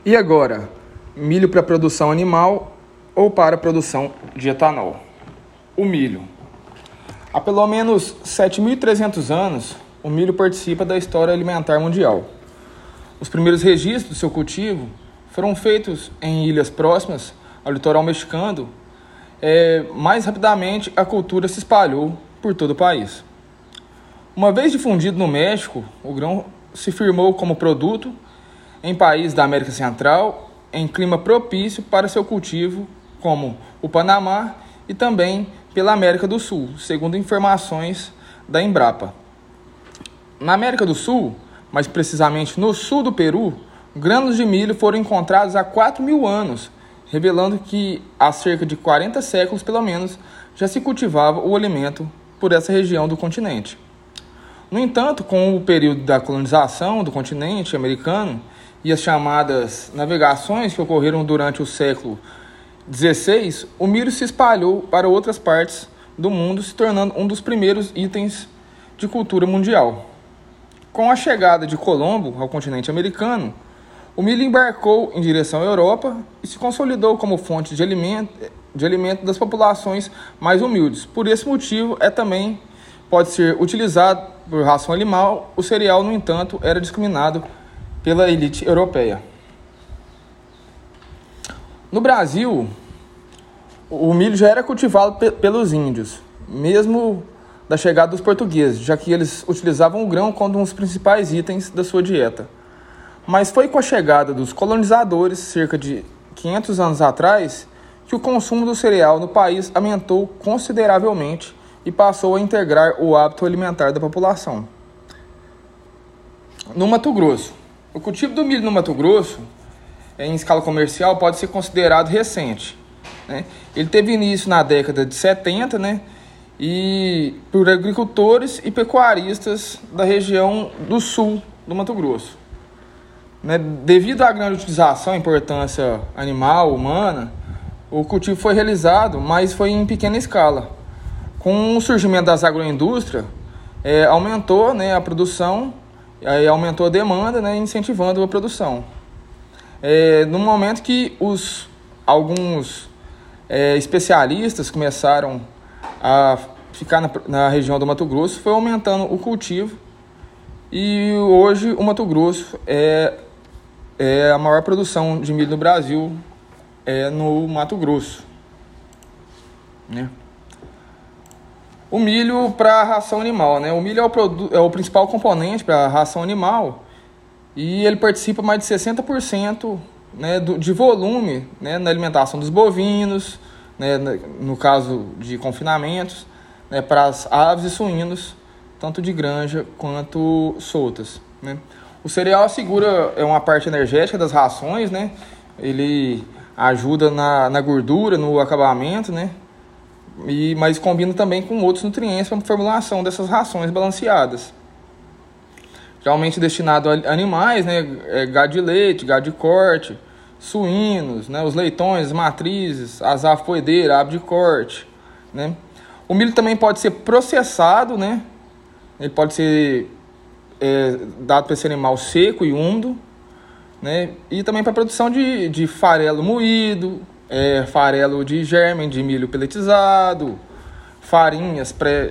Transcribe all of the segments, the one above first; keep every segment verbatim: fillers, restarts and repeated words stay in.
E agora, milho para produção animal ou para produção de etanol? O milho. Há pelo menos sete mil e trezentos anos, o milho participa da história alimentar mundial. Os primeiros registros do seu cultivo foram feitos em ilhas próximas ao litoral mexicano. É, mais rapidamente, a cultura se espalhou por todo o país. Uma vez difundido no México, o grão se firmou como produto em países da América Central, em clima propício para seu cultivo, como o Panamá e também pela América do Sul, segundo informações da Embrapa. Na América do Sul, mais precisamente no sul do Peru, grãos de milho foram encontrados há quatro mil anos, revelando que há cerca de quarenta séculos, pelo menos, já se cultivava o alimento por essa região do continente. No entanto, com o período da colonização do continente americano e as chamadas navegações que ocorreram durante o século dezesseis, o milho se espalhou para outras partes do mundo, se tornando um dos primeiros itens de cultura mundial. Com a chegada de Colombo ao continente americano, o milho embarcou em direção à Europa e se consolidou como fonte de alimento, de alimento das populações mais humildes. Por esse motivo, é também pode ser utilizado por ração animal. O cereal, no entanto, era discriminado pela elite europeia. No Brasil, o milho já era cultivado pe- pelos índios, mesmo da chegada dos portugueses, já que eles utilizavam o grão como um dos principais itens da sua dieta. Mas foi com a chegada dos colonizadores, cerca de quinhentos anos atrás, que o consumo do cereal no país aumentou consideravelmente e passou a integrar o hábito alimentar da população. No Mato Grosso. O cultivo do milho no Mato Grosso, em escala comercial, pode ser considerado recente, né? Ele teve início na década de setenta, né? E por agricultores e pecuaristas da região do sul do Mato Grosso. Né? Devido à grande utilização e importância animal, humana, o cultivo foi realizado, mas foi em pequena escala. Com o surgimento das agroindústrias, é, aumentou, né, a produção, aí aumentou a demanda, né, incentivando a produção. É, no momento que os, alguns é, especialistas começaram a ficar na, na região do Mato Grosso, foi aumentando o cultivo e hoje o Mato Grosso é, é a maior produção de milho no Brasil, é no Mato Grosso, né? O milho para a ração animal, né? O milho é o, produ- é o principal componente para a ração animal e ele participa mais de sessenta por cento, né, do, de volume, né, na alimentação dos bovinos, né, no caso de confinamentos, né, para as aves e suínos, tanto de granja quanto soltas, né? O cereal assegura é uma parte energética das rações, né? Ele ajuda na, na gordura, no acabamento, né? E, mas combina também com outros nutrientes para a formulação dessas rações balanceadas. Geralmente destinado a animais, né? É, gado de leite, gado de corte, suínos, né? Os leitões, as matrizes, as aves poedeiras, ave de corte, né? O milho também pode ser processado, né? Ele pode ser é, dado para esse animal seco e úmido, né? E também para a produção de, de farelo moído, é, farelo de germe de milho peletizado, farinhas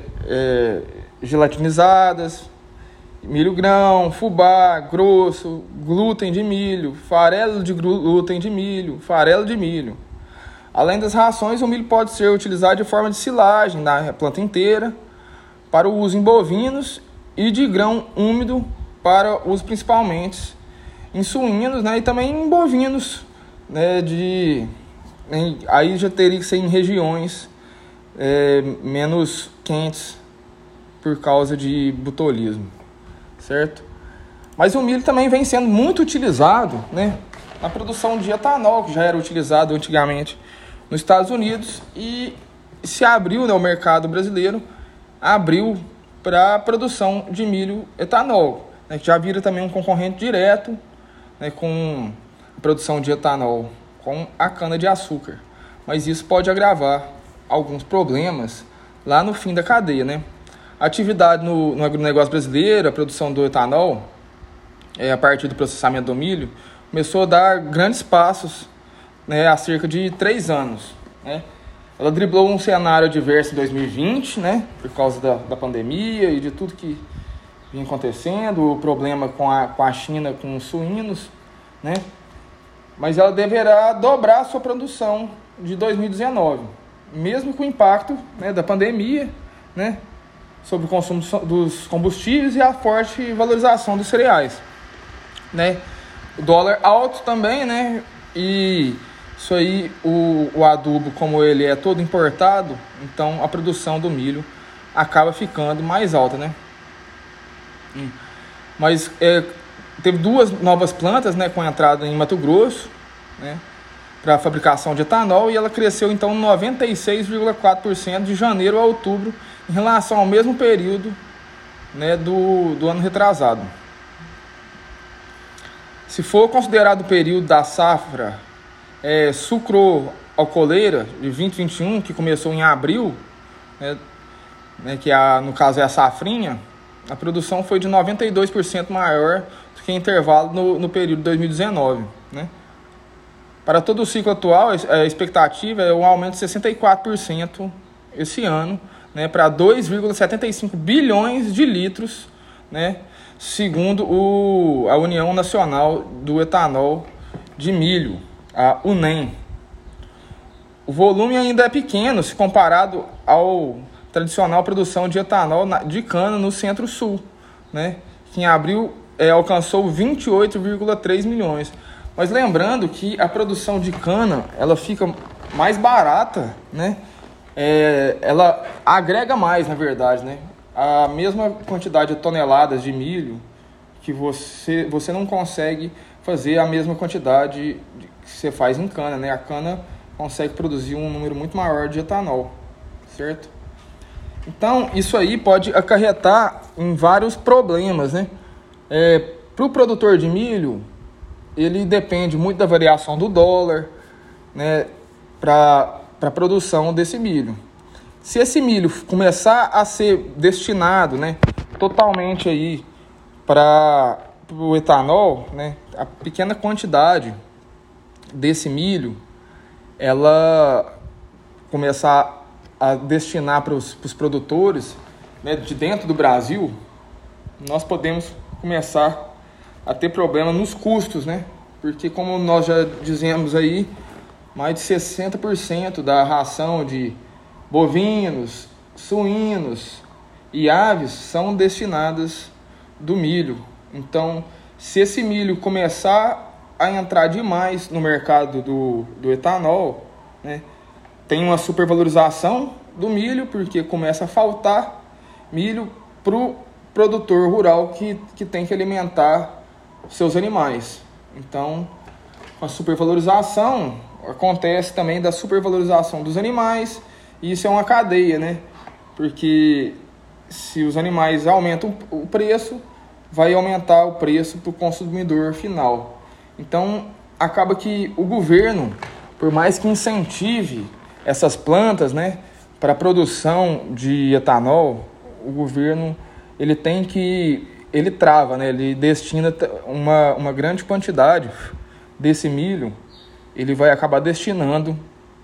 pré-gelatinizadas, é, milho grão, fubá, grosso, glúten de milho, farelo de glúten de milho, farelo de milho. Além das rações, o milho pode ser utilizado de forma de silagem na planta inteira, para o uso em bovinos e de grão úmido para uso principalmente em suínos, né, e também em bovinos, né, de, em, aí já teria que ser em regiões é, menos quentes por causa de botulismo, certo? Mas o milho também vem sendo muito utilizado, né, na produção de etanol, que já era utilizado antigamente nos Estados Unidos, e se abriu, né, o mercado brasileiro abriu para a produção de milho etanol, né, que já vira também um concorrente direto, né, com a produção de etanol com a cana-de-açúcar. Mas isso pode agravar alguns problemas lá no fim da cadeia, né? A atividade no, no agronegócio brasileiro, a produção do etanol, é, a partir do processamento do milho, começou a dar grandes passos, né, há cerca de três anos. Né? Ela driblou um cenário adverso em dois mil e vinte, né, por causa da, da pandemia e de tudo que vinha acontecendo, o problema com a, com a China, com os suínos, né? Mas ela deverá dobrar a sua produção de dois mil e dezenove, mesmo com o impacto, né, da pandemia, né, sobre o consumo dos combustíveis e a forte valorização dos cereais. Né? O dólar alto também, né? E isso aí, o, o adubo, como ele é todo importado, então a produção do milho acaba ficando mais alta, né? Hum. Mas é, teve duas novas plantas, né, com entrada em Mato Grosso, né, para a fabricação de etanol, e ela cresceu então noventa e seis vírgula quatro por cento de janeiro a outubro em relação ao mesmo período, né, do, do ano retrasado. Se for considerado o período da safra é, sucro-alcooleira de vinte e vinte e um, que começou em abril, né, né, que a, no caso é a safrinha, a produção foi de noventa e dois por cento maior do que o intervalo no, no período de dois mil e dezenove. Né? Para todo o ciclo atual, a expectativa é um aumento de sessenta e quatro por cento esse ano, né, para dois vírgula setenta e cinco bilhões de litros, né, segundo o, a União Nacional do Etanol de Milho, a UNEM. O volume ainda é pequeno se comparado ao tradicional produção de etanol de cana no Centro-Sul, né, que em abril é, alcançou vinte e oito vírgula três milhões. Mas lembrando que a produção de cana ela fica mais barata, né, é, ela agrega mais, na verdade, né, a mesma quantidade de toneladas de milho que você, você não consegue fazer a mesma quantidade que você faz em cana, né, a cana consegue produzir um número muito maior de etanol, certo? Então, isso aí pode acarretar em vários problemas, né? É, para o produtor de milho, ele depende muito da variação do dólar, né, para a produção desse milho. Se esse milho começar a ser destinado, né, totalmente aí para o etanol, né, a pequena quantidade desse milho, ela começar a destinar para os produtores, né, de dentro do Brasil, nós podemos começar a ter problema nos custos, né? Porque, como nós já dizemos aí, mais de sessenta por cento da ração de bovinos, suínos e aves são destinadas do milho. Então, se esse milho começar a entrar demais no mercado do, do etanol, né, tem uma supervalorização do milho, porque começa a faltar milho para o produtor rural que, que tem que alimentar seus animais. Então, a supervalorização acontece também da supervalorização dos animais, e isso é uma cadeia, né? Porque se os animais aumentam o preço, vai aumentar o preço para o consumidor final. Então, acaba que o governo, por mais que incentive essas plantas, né, para a produção de etanol, o governo ele tem que ele trava, né, ele destina uma, uma grande quantidade desse milho, ele vai acabar destinando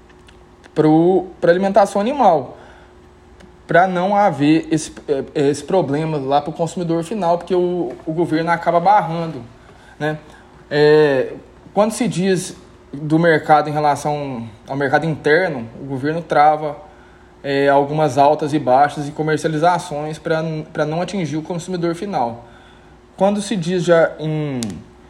para alimentação animal, para não haver esse, esse problema lá para o consumidor final, porque o, o governo acaba barrando, né? É, quando se diz do mercado em relação ao mercado interno, o governo trava é, algumas altas e baixas e comercializações para não atingir o consumidor final. Quando se diz já em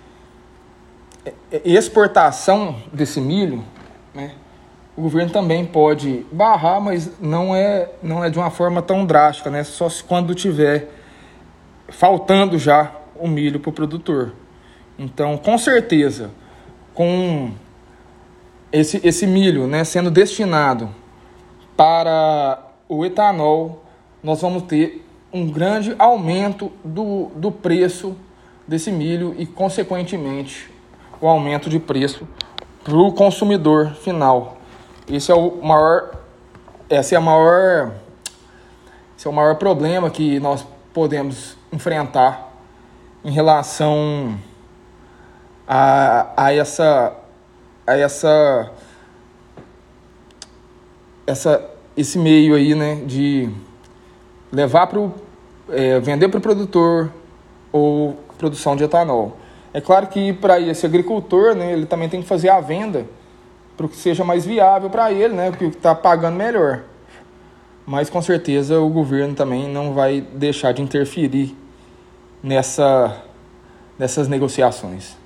exportação desse milho, né, o governo também pode barrar, mas não é, não é de uma forma tão drástica, né, só se quando tiver faltando já o milho para o produtor. Então, com certeza, com esse, esse milho, né, sendo destinado para o etanol, nós vamos ter um grande aumento do, do preço desse milho e, consequentemente, o aumento de preço para o consumidor final. Esse é o maior, esse é a maior, esse é o maior problema que nós podemos enfrentar em relação a, a essa a essa essa esse meio aí, né, de levar para o é, vender para o produtor ou produção de etanol. É claro que para esse agricultor, né, ele também tem que fazer a venda para que seja mais viável para ele, né, porque está pagando melhor. Mas com certeza o governo também não vai deixar de interferir nessa, nessas negociações.